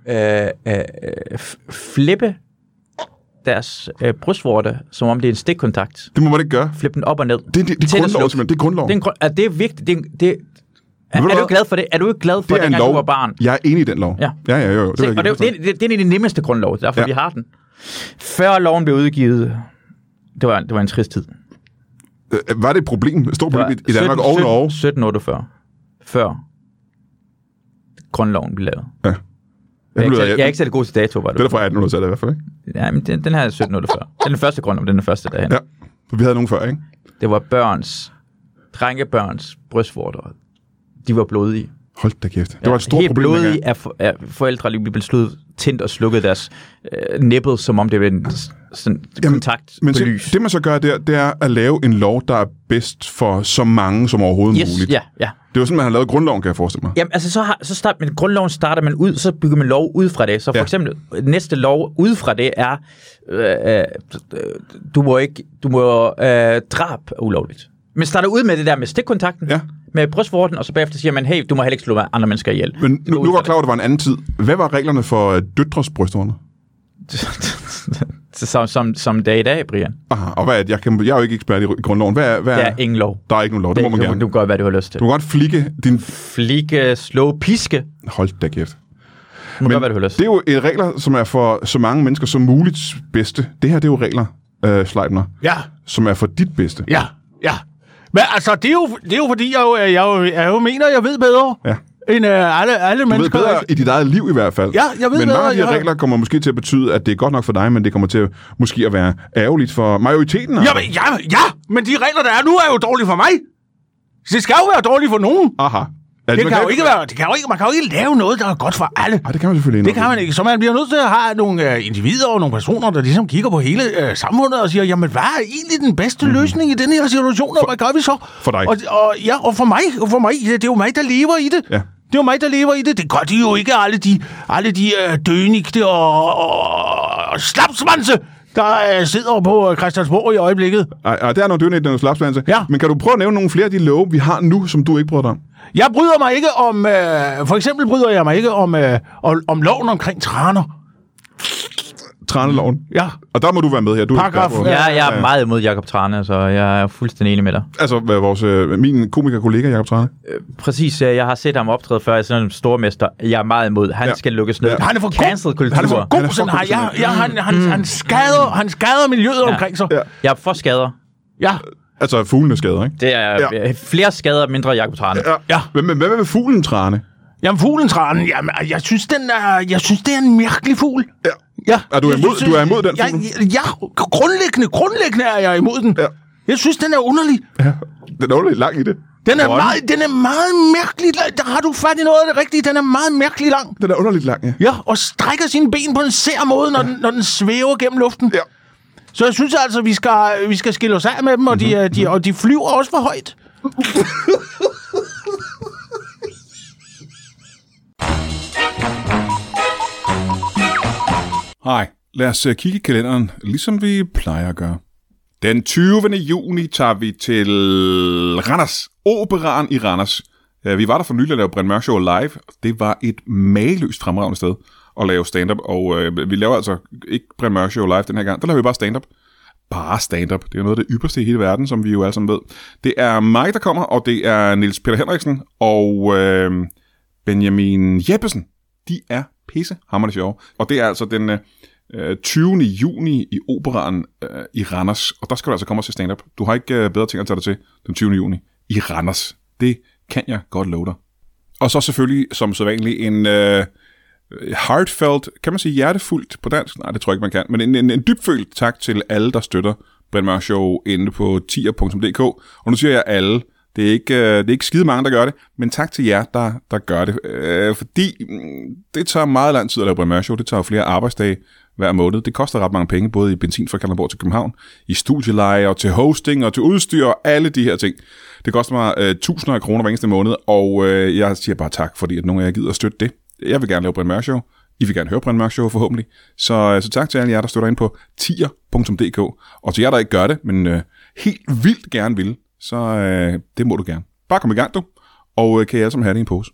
flippe deres brystvorte, som om det er en stikkontakt. Det må man ikke gøre. Flippe den op og ned. Det er grundlov, simpelthen. Det er grundlov. Det er vigtigt. Er du glad for det? Er du ikke glad for det, dengang du var barn? Jeg er enig i den lov. Ja. Jo. Det er en af de nemmeste grundlov, derfor vi har den. Før loven blev udgivet, det var en trist tid. Var det et problem? Et stort problem i Danmark og Norge? 1748. Før grundloven blev lavet. Ja. Jeg er ikke så god til dato, var det? Det er fra 1800-tallet i hvert fald, ikke? Ja, men den her er 1748. Det er den første grundlov, den første derhen. Ja, for vi havde nogen før, ikke? Det var drengebørns brystvorter. De var blodige. Hold da kæft. Det var et stort problem. Helt blodige af forældre, lige blev slået tændt og slukket deres nippel, som om det var en sådan kontakt men på lys. Det man så gør der, det er at lave en lov, der er bedst for så mange som overhovedet muligt. Ja. Det var sådan, man har lavet grundloven, kan jeg forestille mig. Jamen, altså, men grundloven starter man ud, så bygger man lov ud fra det. Så for eksempel, næste lov ud fra det er, du må drab er ulovligt. Men starter ud med det der med stikkontakten, med brystvorten, og så bagefter siger man, hey, du må heller ikke slå andre mennesker ihjel. Men nu var klar, at det var en anden tid. Hvad var reglerne for døtres brystvorter? som det er i dag, Brian. Aha, og hvad er det? Jeg er jo ikke ekspert i grundloven. Hvad der er ingen lov. Der er ikke nogen lov, det må man gerne. Du kan gøre, hvad du har lyst til. Du kan godt flikke, slå, piske. Hold da kæft. Du kan gøre, hvad du har lyst til. Det er jo et regler, som er for så mange mennesker som muligt bedste. Det her, det er jo regler, Sleipner. Ja. Som er for dit bedste. Ja. Men altså, det er jo fordi, jeg mener, jeg ved bedre. Ja. End alle mennesker. Du ved bedre i dit eget liv i hvert fald. Ja, jeg ved men bedre. Men mange af de regler kommer måske til at betyde, at det er godt nok for dig, men det kommer til måske at være ærgerligt for majoriteten. Ja, men de regler, der er nu, er jo dårlige for mig. Så det skal jo være dårligt for nogen. Aha. Man kan jo ikke lave noget, der er godt for alle. Nej, det kan man selvfølgelig ikke. Det kan man ikke. Så man bliver nødt til at have nogle individer og nogle personer, der ligesom kigger på hele samfundet og siger, jamen, hvad er egentlig den bedste løsning i den her situation, og hvad gør vi så? For dig. Og for mig. Det er jo mig, der lever i det. Ja. Det er jo mig, der lever i det. Det gør de jo ikke alle de dønigte og slapsvanse, der sidder på Christiansborg i øjeblikket. Det er nogle dønigte og slapsvanse. Ja. Men kan du prøve at nævne nogle flere af de love, vi har nu, som du ikke bryder dig om? Jeg bryder mig ikke om... for eksempel bryder jeg mig ikke om loven omkring traner. Traneloven? Ja. Og der må du være med her. Du jeg er meget imod Jakob Trane, så jeg er fuldstændig enig med dig. Altså min komikerkollega Jakob Trane? Præcis. Jeg har set ham optræde før i sådan en stormester. Jeg er meget imod. Han skal lukkes ned. Ja. Han er for cancel kultur. Han er for god. Han skader miljøet omkring sig. Ja. Jeg er for skader. Ja. Altså fuglene skader, ikke? Det er flere skader, mindre Jakob Trane. Ja. Men hvad med fuglen Trane? Jamen fuglen Trane, jeg synes det er en mærkelig fugl. Ja. Er du imod den fugl? Ja, grundlæggende er jeg imod den. Ja. Jeg synes den er underlig. Ja. Den er underlig lang i det. Den er meget mærkelig. Der har du fat i noget af det rigtige. Den er meget mærkelig lang. Den er underligt lang, ja. Ja, og strækker sine ben på en sær måde, når den svæver gennem luften. Ja. Så jeg synes altså, vi skal skille os af med dem, og de flyver også for højt. Hej, lad os kigge i kalenderen, ligesom vi plejer at gøre. Den 20. juni tager vi til Randers, Operaen i Randers. Vi var der for nylig at lave Brian Mørk Show live. Det var et mageløst fremragende sted at lave stand-up, og vi laver altså ikke Brian Mørk Show live den her gang. Der laver vi bare stand-up. Bare stand-up. Det er noget af det ypperste i hele verden, som vi jo alle sammen ved. Det er mig, der kommer, og det er Niels Peter Henriksen og Benjamin Jeppesen. De er pissehamrende sjove. Og det er altså den 20. juni i Operaen i Randers, og der skal du altså komme og se stand-up. Du har ikke bedre ting at tage dig til den 20. juni i Randers. Det kan jeg godt love dig. Og så selvfølgelig, som sædvanligt, en heartfelt, kan man sige hjertefuldt på dansk? Nej, det tror jeg ikke, man kan. Men en dybfølt tak til alle, der støtter Brian Mørk Show inde på tier.dk. Og nu siger jeg alle. Det er ikke skide mange, der gør det, men tak til jer, der gør det. Fordi det tager meget lang tid at lave Brian Mørk Show. Det tager flere arbejdsdage hver måned. Det koster ret mange penge, både i benzin fra Kalundborg til København, i studieleje og til hosting og til udstyr og alle de her ting. Det koster mig tusinder af kroner hver eneste måned, og jeg siger bare tak, fordi at nogle af jer gider at støtte det. Jeg vil gerne lave Brian Mørk Show. I vil gerne høre Brian Mørk Show forhåbentlig. Så tak til alle jer, der støtter ind på tier.dk. Og til jer, der ikke gør det, men helt vildt gerne vil, så det må du gerne. Bare kom i gang, du. Og kan I alle sammen have det i en pose.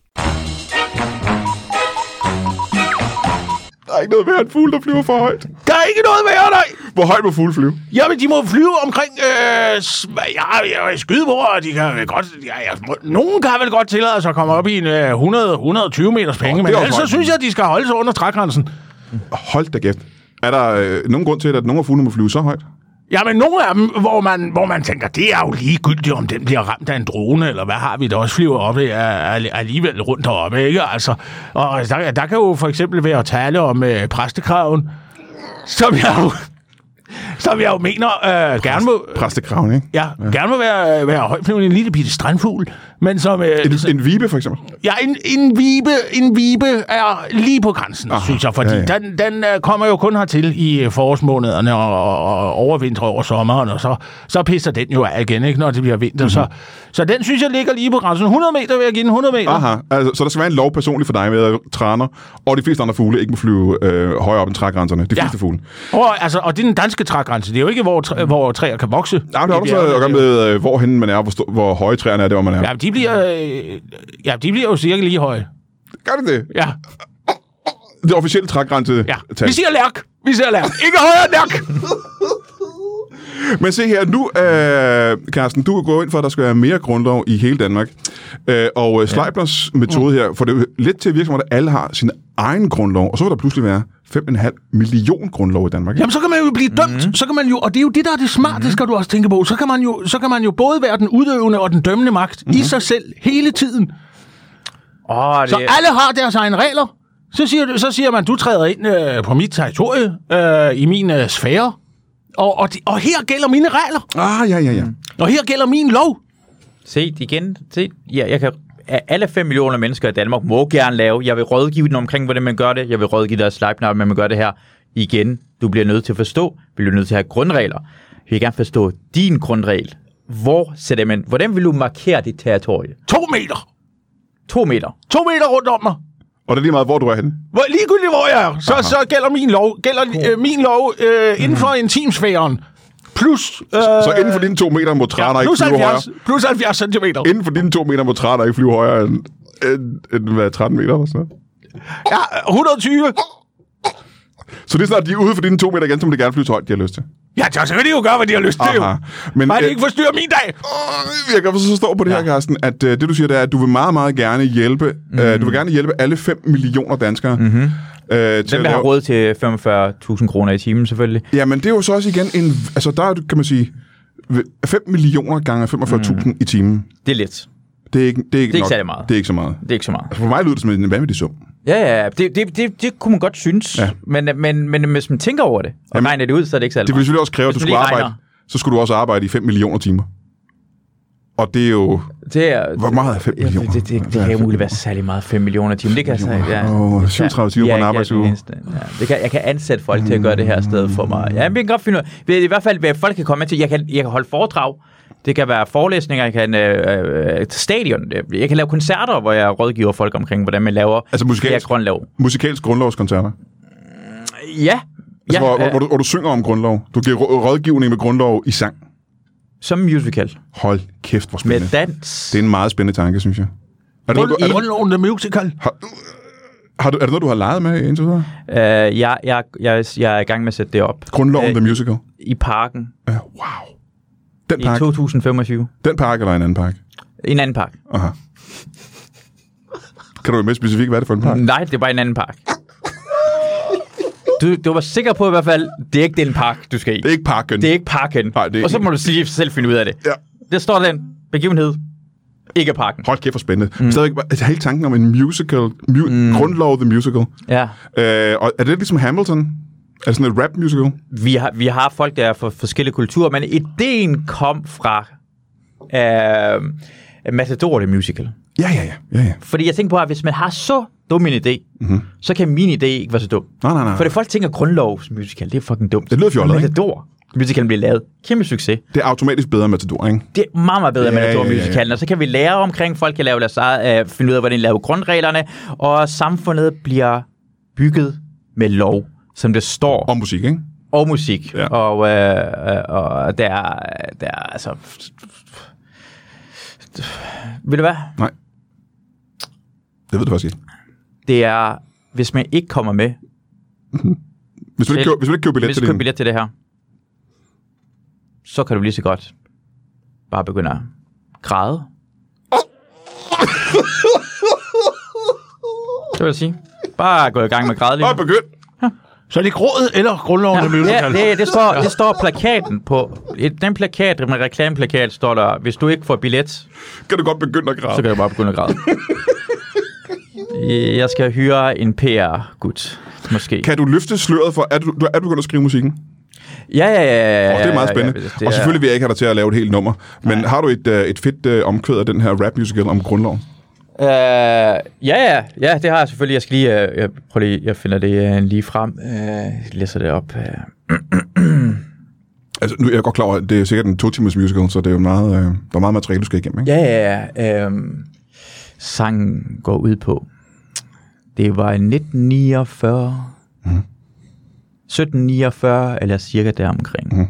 Der er ikke noget værd en fugl, der flyver for højt. Der er ikke noget værd, nej. Hvor højt må fugle flyve? Jamen, de må flyve omkring skydebord, og de kan godt... nogen kan vel godt tillade sig at komme op i en 100-120 meters penge, men ellers så synes jeg, at de skal holde sig under trægrænsen. Hold da kæft. Er der nogen grund til, at nogle af fuglene må flyve så højt? Ja, men nogle af dem, hvor man tænker, det er jo ligegyldigt, om den bliver ramt af en drone, eller hvad har vi, der også flyver oppe alligevel rundt deroppe, ikke? Altså, og der kan jo for eksempel være at tale om præstekraven, som jeg jo mener gerne må... Præstekraven, ikke? Ja, gerne må være højtflyvende, en lille bitte strandfugl, men som... En vibe, for eksempel? Ja, en vibe er lige på grænsen, synes jeg, fordi den kommer jo kun hertil i forårsmånederne og overvintrer over sommeren, og så pisser den jo af igen, ikke, når det bliver vinter. Mm-hmm. Så den synes jeg ligger lige på grænsen. 100 meter vil jeg give den, 100 meter. Aha, altså, så der skal være en lov personligt for dig med, at træner og de fleste andre fugle ikke må flyve højere op end trægrænserne. De fleste fugle. Og det er den danske trægrænse. Det er jo ikke, hvor træer kan vokse. Ja, det har også at gøre med, hvorhen man er, hvor høje træerne er, det hvor man er. Ja, de bliver jo cirka lige høje. Gør det? Ja. Det officielle trægrænse. Ja. Vi siger lærk. Ikke højere end lærk. Men se her, nu, Carsten, du går ind for, at der skal være mere grundlov i hele Danmark. Og Schleiblers metode her, for det er jo lidt til at virke som, at alle har sin egen grundlov, og så vil der pludselig være 5,5 million grundlov i Danmark. Jamen, så kan man jo blive dømt. Så kan man jo, og det er jo det, der er det smarte, det skal du også tænke på. Så kan man jo både være den udøvende og den dømmende magt i sig selv hele tiden. Så alle har deres egne regler. Så siger man, du træder ind på mit territorie, i min sfære, og her gælder mine regler. Ja. Og her gælder min lov. Se igen. Jeg kan... Alle 5 millioner mennesker i Danmark må gerne lave. Jeg vil rådgive dem omkring, hvordan man gør det. Jeg vil rådgive deres Sleipner, hvordan man gør det her. Igen, du bliver nødt til at forstå. Vi bliver nødt til at have grundregler. Jeg vil gerne forstå din grundregel. Hvordan vil du markere dit territorie? 2 meter. 2 meter? 2 meter rundt om mig. Og det er lige meget, hvor du er henne? Ligegyldigt, hvor jeg er. Så gælder min lov. Inden for intimsfæren. Plus... så inden for dine 2 meter må træner ikke flyve højere? Plus 70 centimeter. Inden for dine 2 meter må træner ikke flyve højere end 13 meter eller sådan noget? Ja, 120. Så det er snart, de er ude for dine 2 meter igen, som de gerne flyve så højt, de har lyst til? Ja, så kan de jo gøre, hvad de har lyst til. Men bare de ikke forstyrrer min dag. Jeg kan så stå på det her, Carsten, at det du siger, det er, at du vil meget, meget gerne hjælpe. Du vil gerne hjælpe alle 5 millioner danskere. Den vil have råd til 45.000 kroner i timen, selvfølgelig. Ja, men det er jo så også igen altså der kan man sige 5 millioner gange 45.000 i timen. Det er lidt. Det er ikke særlig meget. Det er ikke så meget. Det er ikke så meget. Altså for mig lyder det som en vanvittig sum. Ja, det kunne man godt synes. Ja. Men hvis man tænker over det, og regner det ud, så er det ikke særlig meget. Det vil selvfølgelig også kræve, at du skulle arbejde. Så skulle du også arbejde i 5 millioner timer. Og det er jo... hvor meget er 5 millioner? Det kan jo muligt være særlig meget 5 millioner timer. Det kan altså... 37 timer på en arbejdsuge. Jeg kan ansætte folk til at gøre det her sted for mig. Ja, men jeg kan godt finde ud af... I hvert fald, hvad folk kan komme med til. Jeg kan holde foredrag. Det kan være forelæsninger, jeg kan stadion. Jeg kan lave koncerter, hvor jeg rådgiver folk omkring, hvordan man laver grundlov. Musikalsk grundlovskoncerter? Ja. Altså, hvor du synger om grundlov. Du giver rådgivning med grundlov i sang. Som musical. Hold kæft, hvor spændende. Med dans. Det er en meget spændende tanke, synes jeg. Grundloven the musical. Er det noget, du har leget med indtil videre? Jeg er i gang med at sætte det op. Grundloven the musical? I parken. Wow. Den park? I 2025. Den park eller en anden park? En anden park. Aha. Kan du være mere specifik, hvad er det for en park? Nej, det er bare en anden park. Du var sikker på i hvert fald, det er ikke den park, du skal i. Det er ikke parken. Det er ikke parken. Nej, det er og så ikke. må du selv finde ud af det. Ja. Det står den begivenhed. Ikke parken. Hold kæft for spændende. Stadig helt tanken om en musical. Grundlov The Musical. Ja. Og er det ligesom Hamilton? Er det sådan et rap musical? Vi har folk, der er fra forskellige kulturer, men ideen kom fra Matador The Musical. Ja. Fordi jeg tænker på, at hvis man har så dum en idé, så kan min idé ikke være så dum. Nej. For det folk tænker grundlovsmusical, det er fucking dumt. Det lyder fjollet, ikke? Matador musicalen bliver lavet. Kæmpe succes. Det er automatisk bedre end Matador, ikke? Det er meget, meget bedre end Matador-musicalen, og så kan vi lære omkring, folk kan lave deres eget, finde ud af, hvordan de laver grundreglerne, og samfundet bliver bygget med lov, som det står. Og musik, ikke? Og musik. Ja. Og der er altså... Ved du hvad? Nej. Det ved du faktisk ikke. Det er, hvis man ikke kommer med... Hvis du ikke køber billet til det her, så kan du lige så godt bare begynde at græde. Det vil jeg sige. Bare gå i gang med at græde lige. Bare begynd. Ja. Så er det grådet eller grundloven, der musical? Det står plakaten på. Den plakat, med reklameplakat, står der, hvis du ikke får billet... Kan du godt begynde at græde. Så kan du bare begynde at græde. Jeg skal hyre en PR-gut, måske. Kan du løfte sløret for, er du begyndt at skrive musikken? Ja. Det er meget spændende. Og selvfølgelig vil jeg ikke have dig til at lave et helt nummer. Men har du et fedt omkvæd af den her rap musical om grundloven? Ja, det har jeg selvfølgelig. Jeg skal lige, jeg finder det lige frem. Jeg læser det op. Altså, nu er jeg godt klar over, at det er sikkert en 2-timers musical, så det er jo meget, der er meget materiale, du skal igennem, ikke? Ja. Sangen går ud på. Det var i 1949. 1749, eller cirka deromkring.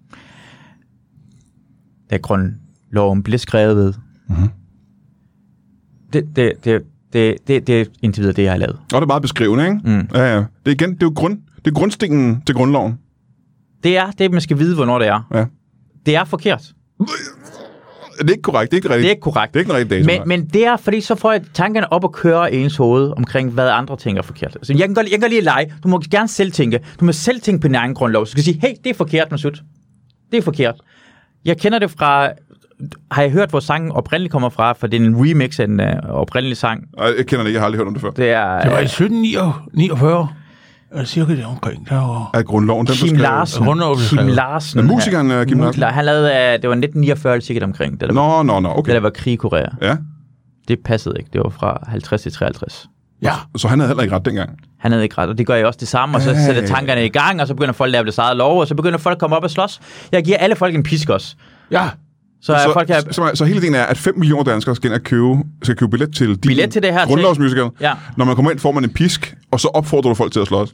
Da grundloven blev skrevet. Det er indtil videre det, jeg har lavet. Og det er meget beskrivende, ikke? Ja. Det er grundstenen til grundloven. Det er det, man skal vide, hvornår det er. Ja. Det er forkert. Det er ikke korrekt. Det er ikke korrekt. Det er ikke den rigtige dato. Men det er, fordi så får jeg tankerne op og køre i ens hoved omkring, hvad andre ting er forkert. Altså, jeg kan godt lide lege. Du må gerne selv tænke. Du må selv tænke på din egen grundlov. Så du kan sige, hey, det er forkert, Masud. Det er forkert. Jeg kender det fra... Har jeg hørt, hvor sangen oprindeligt kommer fra? For det er en remix af en oprindelig sang. Jeg kender det ikke. Jeg har aldrig hørt om det før. Det var i 1749. Cirka det omkring. Af grundloven. Kim Larsen. Den musikeren Kim Larsen? Han lavede, det var 1949 cirka omkring. Nå, okay. Det der var krig i Korea. Ja. Det passede ikke. Det var fra 50 til 53. Ja. Så han havde heller ikke ret dengang? Han havde ikke ret, og det gør jeg også det samme, og så sætter tankerne i gang, og så begynder folk at lave det eget lov, og så begynder folk at komme op og slås. Jeg giver alle folk en pisk også. Ja. Så hele tiden er, at 5 millioner danskere skal købe billet til din det her grundlovsmusical. Ja. Når man kommer ind, får man en pisk, og så opfordrer du folk til at slås.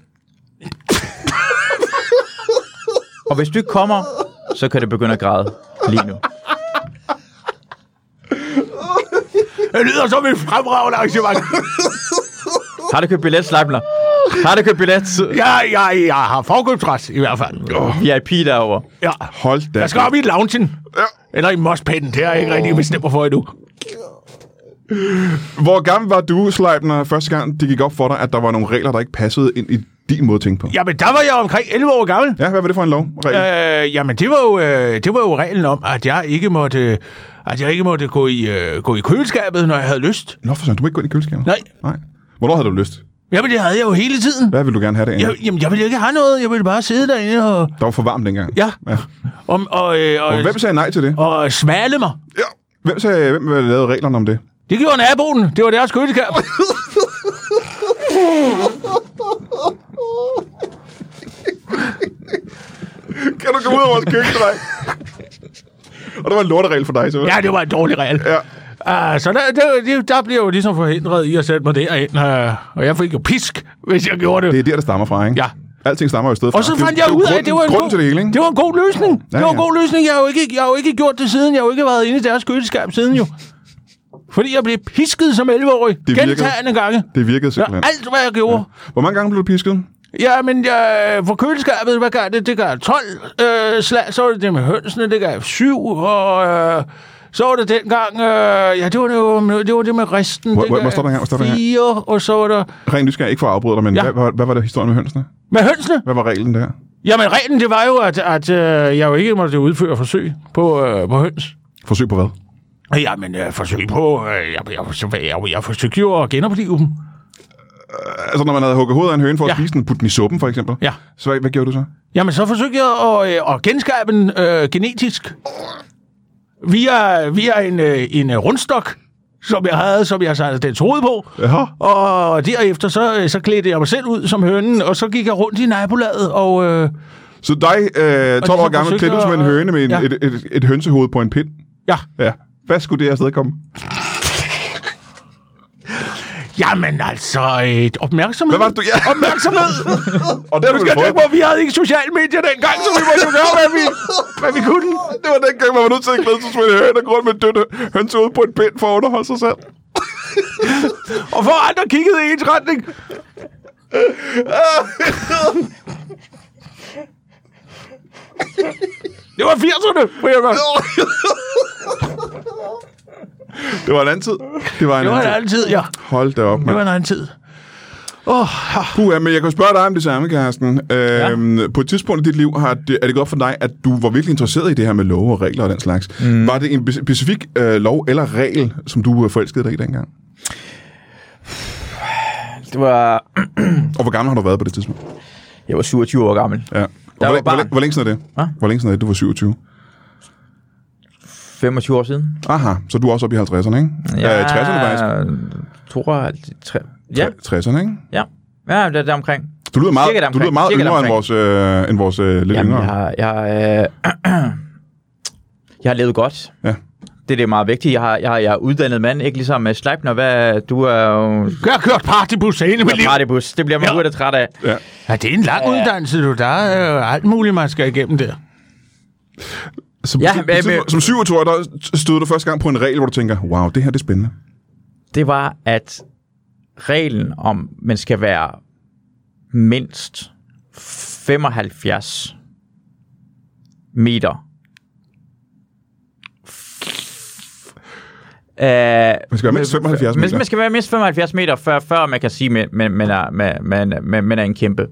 Og hvis du ikke kommer, så kan det begynde at græde lige nu. Det lyder som et fremragende arrangement. Har du købt billet, Sleipner? Har du købt billet? Jeg har forkøbsret, i hvert fald. VIP derovre. Ja. Hold da. Jeg skal op i loungen. Ja. Eller i moshpitten. Det har jeg ikke rigtig bestemt for endnu. Hvor gammel var du, Sleipner, første gang det gik op for dig, at der var nogle regler, der ikke passede ind i din måde at tænke på? Jamen, der var jeg omkring 11 år gammel. Ja, hvad var det for en lov? Jamen, det var jo reglen om, at jeg ikke måtte gå i køleskabet, når jeg havde lyst. Nå, for sådan, du må ikke gå ind i køleskabet? Nej. Hvornår havde du lyst? Jamen, det havde jeg jo hele tiden. Hvad vil du gerne have derinde? Jamen, jeg ville ikke have noget. Jeg ville bare sidde derinde og... Der var for varmt dengang? Ja. Og hvem sagde nej til det? Og smale mig. Ja. Hvem lavede reglerne om det? Det gjorde naboen. Det var deres køleskab. Kan du komme ud af vores køkken til dig? Og det var en lorteregel for dig, så? Ja, det var en dårlig regel. Ja. Så der blev jo ligesom forhindret i at sætte mig derind, og jeg fik jo pisk, hvis jeg gjorde det. Det er der, det stammer fra, ikke? Ja. Alting stammer jo et sted fra. Og så fandt jeg ud af, at det var en god løsning. Ja, det var en god løsning. Jeg har jo ikke gjort det siden. Jeg har jo ikke været inde i deres køleskab siden jo. Fordi jeg blev pisket som 11-årig. Gentagende gange. Det virkede simpelthen. Ja, alt, hvad jeg gjorde. Ja. Hvor mange gange blev du pisket? Ja, men for køleskabet, hvad gav det? Det gav 12 slag. Så var det med hønsene, det gav 7. Og Så var det dengang... det var det med resten. Hvor står der her? 4, og så var der... Ren nysgerrig, ikke for at afbryde dig, men hvad var det historien med hønsene? Med hønsene? Hvad var reglen der? Jamen, reglen, det var jo, at jeg jo ikke måtte udføre forsøg på høns. Forsøg på hvad? Jamen, forsøg på... Jeg forsøgte jo at genoplive dem. Altså, når man havde hugget hovedet af en høne for at spise den, putte den i suppen, for eksempel. Ja. Så hvad gjorde du så? Jamen, så forsøgte jeg at genskabe den genetisk. Via en rundstok, som jeg satte dens hoved på. Jaha. Og derefter, så klædte jeg mig selv ud som hønen, og så gik jeg rundt i nabolaget, og... Så dig, 12 år gammel, klædte du som en høne med et hønsehoved på en pind? Ja. Hvad skulle det afsted komme? Jamen altså, opmærksomhed. Hvad var det, Opmærksomhed! Og det du skal tænke på, at vi havde ikke sociale medier dengang, så vi måtte gøre, hvad vi kunne. Det var dengang, man var nødt til at klæde sig som en høne og gå rundt med et dødt hønsehoved på en pind for at underholde sig selv. Og for andre kiggede i ens retning. Det var 80'erne, Brian. Det var en anden tid. Det var en anden tid, ja. Hold da op, mand. Det var en anden tid. Men jeg kan spørge dig om det samme, Carsten. På et tidspunkt i dit liv er det godt for dig, at du var virkelig interesseret i det her med love og regler og den slags. Var det en specifik lov eller regel, som du forelskede dig i dengang? Det var... Og hvor gammel har du været på det tidspunkt? Jeg var 27 år gammel. Ja. Hvor længe siden er det? Hvor længe siden er det, du var 27? 25 år siden. Aha, så du er også oppe i 50'erne, ikke? Ja, 60'erne faktisk. 60'erne, ikke? Ja, det er omkring. Du lyder meget yngre end vores lidt yngre. Jeg har levet godt. Ja. Det er meget vigtigt. Jeg er uddannet mand, ikke ligesom Sleipner. Du er jo... Jeg har kørt partybus hele mit liv. Partybus, det bliver man hurtigt træt af. Ja, det er en lang uddannelse, du. Der er alt muligt, man skal igennem der. Som 27-årig, der stod du første gang på en regel, hvor du tænker, wow, det her det er spændende. Det var, at reglen om, man skal være mindst 75 meter. Man skal være mindst 75 meter. Man skal være mindst 75 meter, før man kan sige, at man er en kæmpe.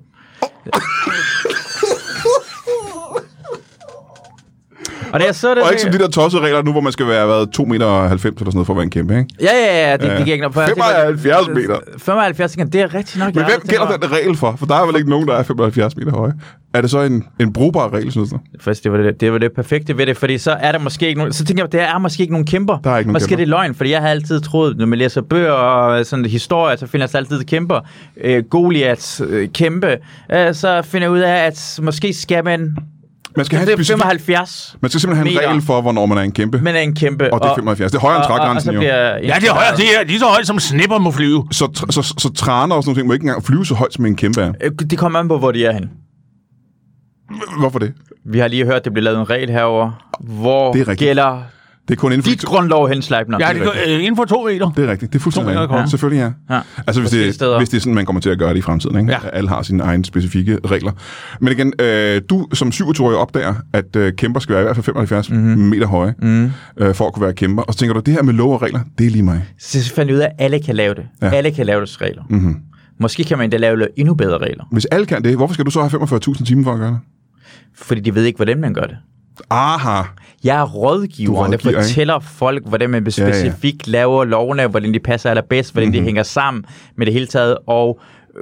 Og ikke som de der tossede regler nu, hvor man skal være 2,90 meter eller sådan noget for at være en kæmpe, ikke? Ja, det giver ikke noget. 75 meter. 75, det er rigtig nok. Men hvem gælder den regel for? For der er vel ikke nogen, der er 75 meter høje. Er det så en brugbar regel, synes du? Først, det var det perfekte ved det, fordi så er der måske ikke nogen... Så tænker jeg, der er måske ikke nogen kæmper. Der er ikke nogen måske kæmper. Det er løgn, fordi jeg har altid troet, når man læser bøger og sådan historie, så finder jeg altid kæmper. Goliaths kæmpe. Så finder jeg ud af, at måske skal man skal have 75. Man skal simpelthen have en regel for, hvornår man er en kæmpe. Man er en kæmpe. Og det er 75. Det er højere end trægrænsen, jo. Ja, det er højere. Det er lige så højt, som snipper må flyve. Så træner og sådan noget må ikke engang flyve så højt, som en kæmpe er. Det kommer an på, hvor de er hen. Hvorfor det? Vi har lige hørt, at det blev lavet en regel herover, hvor gælder... Det er kun inden for... Dit grundlov hen, Sleipner. Ja, det er inden for 2 meter. Det er rigtigt. Det er fuldstændig rigtigt. Ja. Selvfølgelig, ja. Altså, hvis det er sådan, man kommer til at gøre det i fremtiden, ikke? Ja. Alle har sine egne specifikke regler. Men igen, du som 27-årig opdager, at kæmper skal være i hvert fald 75 meter høje, for at kunne være kæmper. Og så tænker du, det her med lov og regler, det er lige mig. Så fandt jeg ud af, at alle kan lave det. Ja. Alle kan lave deres regler. Måske kan man endda lave endnu bedre regler. Hvis alle kan det, hvorfor skal du så have 45.000 timer for at gøre det? Fordi de ved ikke, hvordan man gør det. Aha. Jeg er rådgiver, der fortæller folk, hvordan man specifikt laver lovene, hvordan de passer allerbedst, hvordan de hænger sammen med det hele taget, og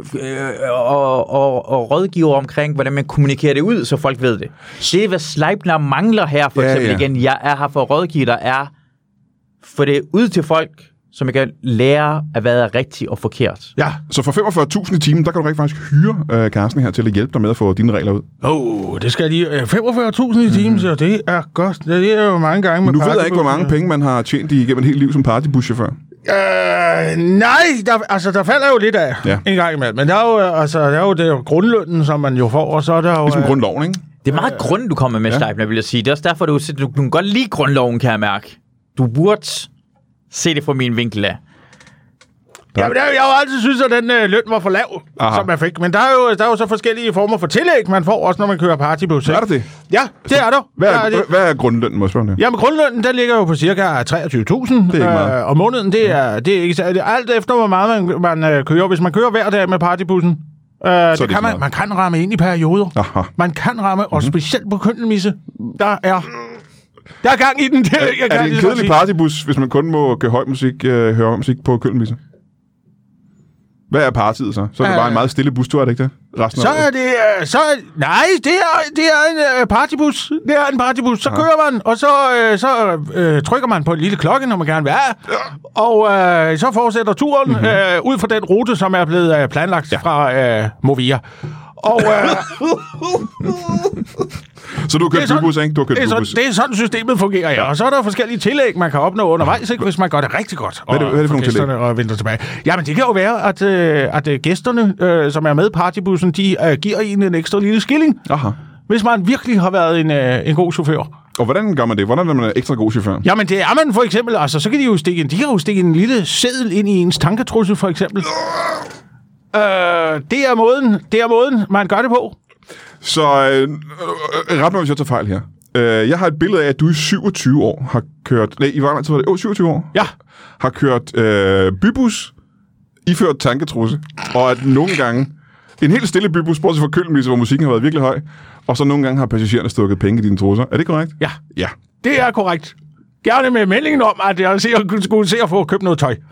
rådgiver omkring, hvordan man kommunikerer det ud, så folk ved det. Det er, hvad Sleipner mangler her, for eksempel igen. Jeg er her for at rådgive dig, er for det ud til folk, som jeg kan lære at være rigtigt og forkert. Ja, så for 45.000 i timen, der kan du rigtig faktisk hyre Carsten her til at hjælpe dig med at få dine regler ud. Det skal de. 45.000 i timen, så det er godt. Det er jo mange gange med. Men nu ved jeg ikke, hvor mange penge man har tjent igennem et helt liv som partybuschauffør. Nej, der falder jo lidt af en gang imellem. Men der er jo, det er jo grundlønnen, som man jo får, og så er der jo... Ligesom grundloven, ikke? Det er meget grund, du kommer med, Sleipner, vil jeg sige. Det er også derfor, du kan godt lide grundloven, kan jeg mærke. Du burde se det fra min vinkel af. Jamen, jeg har jo altid synes, at den løn var for lav, som jeg fik. Men der er jo så forskellige former for tillæg, man får også, når man kører partybus. Er det? Ja, det er der. Hvad er grundlønnen, må jeg spørge? Jamen, grundlønnen, den ligger jo på cirka 23.000 om måneden. Det er ikke alt efter, hvor meget man kører. Hvis man kører hver dag med partybussen, det kan man kan ramme ind i perioder. Aha. Man kan ramme, og specielt på Køndelmisse, der er gang i den. Er det en kedelig partybus, hvis man kun må høre musik på Køndelmisse? Hvad er partiet så? Så er det bare en meget stille bustur, er det ikke det? Nej, det er en partybus. Det er en partybus. Så kører man, og så trykker man på en lille klokke, når man gerne vil have. Og så fortsætter turen ud fra den rute, som er blevet planlagt fra Movia. Og, så du har kørt bybus, ikke? Det er sådan, systemet fungerer, ja. Og så er der forskellige tillæg, man kan opnå undervejs, ikke, hvis man gør det rigtig godt. Hvad er det for nogle tillæg? Og venter tilbage. Jamen, det kan jo være, at gæsterne, som er med partybussen, de giver en ekstra lille skilling. Aha. Hvis man virkelig har været en god chauffør. Og hvordan gør man det? Hvordan er man en ekstra god chauffør? Jamen, det er man for eksempel. Altså, så kan de jo stikke en lille seddel ind i ens tanketrusse, for eksempel. Det er måden, man gør det på. Så ret mig, hvis jeg tager fejl her. Jeg har et billede af, at du i 27 år har kørt... Nej, i hvor lang tid var det? 27 år? Ja. Har kørt bybus, iført tanketrusse, og at nogle gange... En helt stille bybus, bortset fra Køndelmisse, hvor musikken har været virkelig høj, og så nogle gange har passagererne stukket penge i dine trusser. Er det korrekt? Ja. Det er korrekt. Gerne med meldingen om, at jeg skulle se at få købt noget tøj.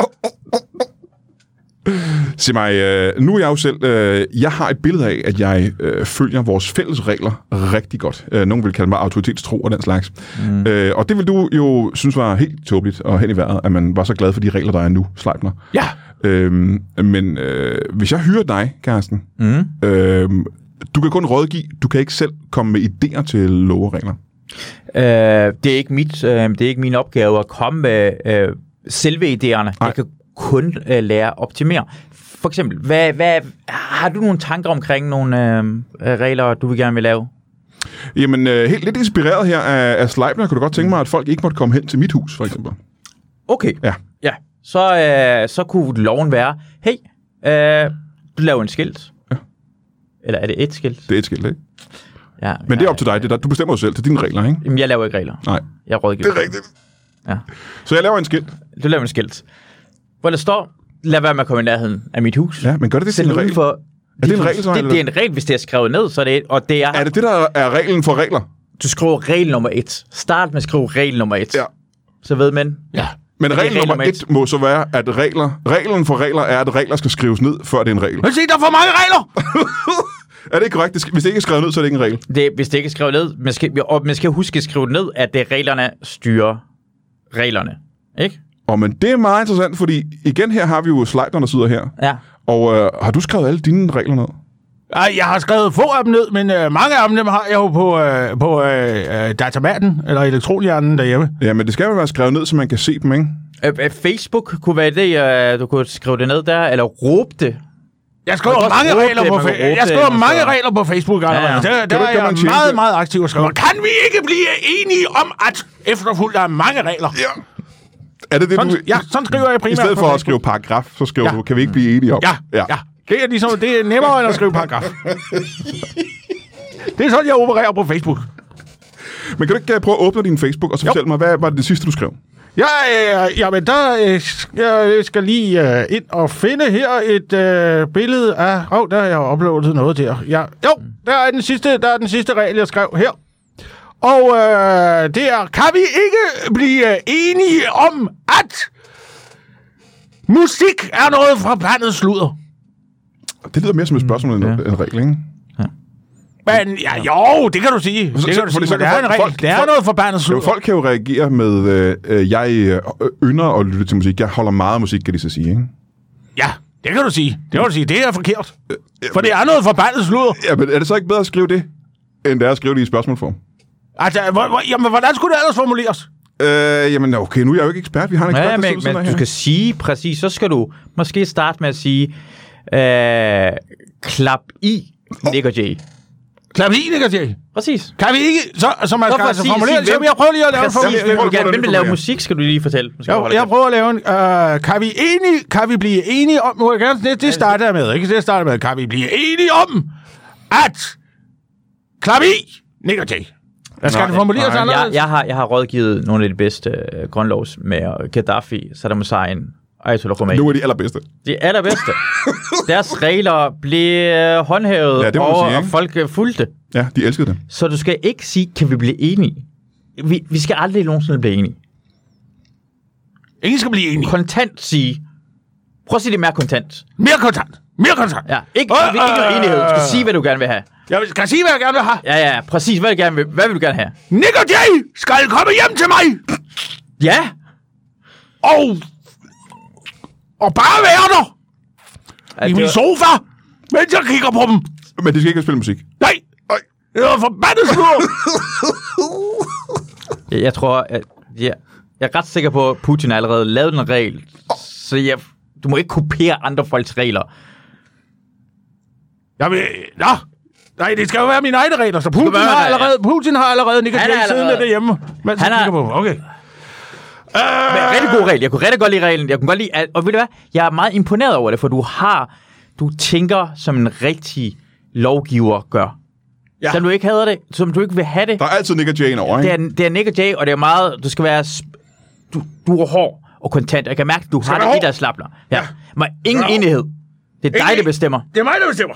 Sig mig, nu er jeg jo selv... jeg har et billede af, at jeg følger vores fælles regler rigtig godt. Nogen vil kalde mig autoritetstro og den slags. Og det vil du jo synes var helt tåbeligt og hen i vejret, at man var så glad for de regler, der er nu, Sleipner. Ja. Men hvis jeg hyrer dig, Carsten, du kan kun rådgive, du kan ikke selv komme med idéer til love og regler. Det er ikke min opgave at komme med selve idéerne. Jeg kan kun lære at optimere. For eksempel, har du nogle tanker omkring nogle regler, du vil gerne vil lave? Jamen, helt lidt inspireret her af Sleipner, kunne du godt tænke mig, at folk ikke måtte komme hen til mit hus, for eksempel. Okay. Ja. Så kunne loven være, hey, du laver en skilt. Ja. Eller er det et skilt? Det er et skilt, ikke? Ja, men det er op til dig. Du bestemmer jo selv. Det er dine regler, ikke? Jamen, jeg laver ikke regler. Nej. Jeg rådgiver. Det er rigtigt. Ja. Så jeg laver en skilt. Du laver en skilt. Hvor der står, lad være med at komme i nærheden af mit hus. Ja, men gør det til en regel? Er det en regel, så? Det er en regel, hvis det er skrevet ned, så og det er... Er det der er reglen for regler? Du skriver regel nummer 1. Start med at skrive regel nummer 1. Ja. Så ved man... Ja. Men regel nummer 1 må så være, at reglen for regler er, at regler skal skrives ned, før det er en regel. Men se, der er for mange regler! Er det ikke korrekt? Hvis det ikke er skrevet ned, så er det ikke en regel. Hvis det ikke er skrevet ned, man skal huske at skrive ned, at det er reglerne styrer reglerne. Ikke? Men det er meget interessant, fordi igen her har vi jo Sleipner, der sidder her. Ja. Og har du skrevet alle dine regler ned? Jeg har skrevet få af dem ned, men mange af dem har jeg jo på datamaten, eller elektronhjernen derhjemme. Ja, men det skal jo være skrevet ned, så man kan se dem, ikke? Facebook kunne være det, du kunne skrive det ned der, eller råbe det. Jeg skriver mange regler på Facebook allerede. Ja. Der er jeg meget, meget aktiv og skriver. Kan vi ikke blive enige om, at efterfulgt der er mange regler? Ja. Er det sådan, sådan skriver jeg primært. I stedet for at skrive paragraf, så skriver du, kan vi ikke blive enige om? Ja. Det er nemmere end at skrive paragraf. Det er sådan, jeg opererer på Facebook. Men kan du ikke prøve at åbne din Facebook, og så fortælle mig, hvad var det sidste, du skrev? Jamen, jeg skal lige ind og finde her et billede af... der har jeg uploadet noget der. Ja, der er den sidste regel, jeg skrev her. Og det er, kan vi ikke blive enige om, at musik er noget forbandet sludder? Det lyder mere som et spørgsmål end en regel, ikke? Men det kan du sige. Det er noget forbandet sludder. Folk kan jo reagere med, jeg ynder at lytte til musik. Jeg holder meget af musik, kan de så sige, ikke? Ja, det kan du sige. Det er forkert. For det er noget forbandet sludder. Ja, men er det så ikke bedre at skrive det, end det er at skrive det i spørgsmålform? Altså, hvordan skulle det ellers formuleres? Jamen, okay, nu er jeg jo ikke ekspert. Vi har en ekspert, men du skal sige præcis, så skal du måske starte med at sige, klap i Nick og Jay. Klavi, Nick. Præcis. Kan vi ikke, så man skal altså formulere det? Jeg prøver lige at lave en formulering. Hvem vil lave musik, skal du lige fortælle. Jeg prøver at lave en... Kan vi blive enige om... Det starter jeg med, ikke? Det starter med, kan vi blive enige om, at klavi, Nick og Jay. Hvad skal det formuleres anderledes? Jeg har rådgivet nogle af de bedste grundlovs med Gaddafi, Saddam Hussein, Ayatollah Khomeini. Nu er de allerbedste. De allerbedste. Deres regler blev håndhævet, og folk fulgte. Ja, de elskede det. Så du skal ikke sige, kan vi blive enige? Vi skal aldrig nogensinde blive enige. Ingen skal blive enige. Kontant sige. Prøv at sige det mere kontant. Mere kontant. Ja, ikke enighed. Du skal sige, hvad du gerne vil have. Jeg skal sige, hvad jeg gerne vil have. Ja, præcis. Hvad vil du gerne have? Nick og Jay skal komme hjem til mig. Ja. Og bare være der. I min sofa, mens jeg kigger på dem. Men de skal ikke spille musik. Nej. Det er forbandet slur. Jeg tror, jeg er ret sikker på, at Putin har allerede lavet en regel. Så du må ikke kopiere andre folks regler. Nej, det skal jo være mine egne regler, så Putin har allerede Nick og Jay siddende derhjemme, mens han kigger på. Okay. Men rigtig god regel. Jeg kunne rigtig godt lide reglen. Jeg kunne godt lide, og ved du hvad? Jeg er meget imponeret over det, for du tænker som en rigtig lovgiver gør. Ja. Som du ikke hader det, som du ikke vil have det. Der er altid Nick og Jay over, ikke? Det er Nick og Jay, og det er meget, du skal være, du er hård og kontant. Jeg kan mærke, at du har det i der slapler. Ja. Men ingen enighed. Det er dig, der bestemmer. Det er mig, der bestemmer.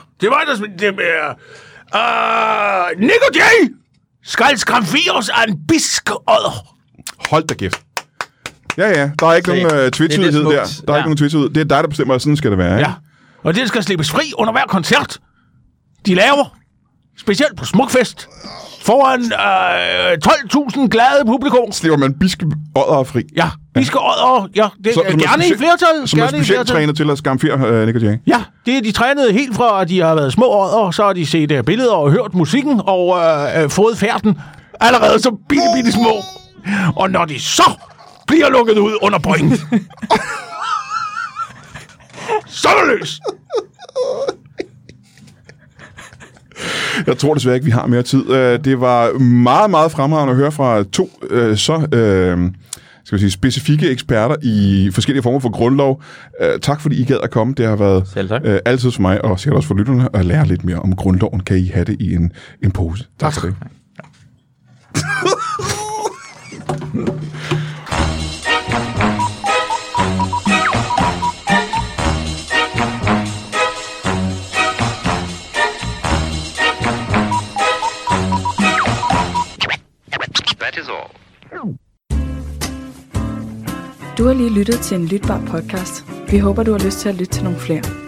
Nick og Jay skal skamferes af en biskådder. Hold da kæft. Ja. Der er ikke nogen tvetydighed der. Der er ikke nogen tvetydighed. Det er dig, der bestemmer, at sådan skal det være, ikke? Ja. Og det skal slippes fri under hver koncert, de laver. Specielt på Smukfest. Foran 12.000 glade publikum. Slipper man biskådder fri? Ja, biskådder. Ja, det er gerne i flertal. Som er specielt trænet til at skamfere Nick og Jay? Ja, det er de trænede helt fra, at de har været små ådder, så har de set billeder og hørt musikken og fået færden allerede som bitte små. Og når de så bliver lukket ud under point, så er det løs. Jeg tror desværre ikke, vi har mere tid. Det var meget, meget fremragende at høre fra to skal vi sige, specifikke eksperter i forskellige former for grundlov. Tak fordi I gad at komme. Det har været altid for mig, og sikkert også for lytterne, at lære lidt mere om grundloven. Kan I have det i en pose? Tak for det. Du har lige lyttet til en lytbar podcast. Vi håber, du har lyst til at lytte til nogle flere.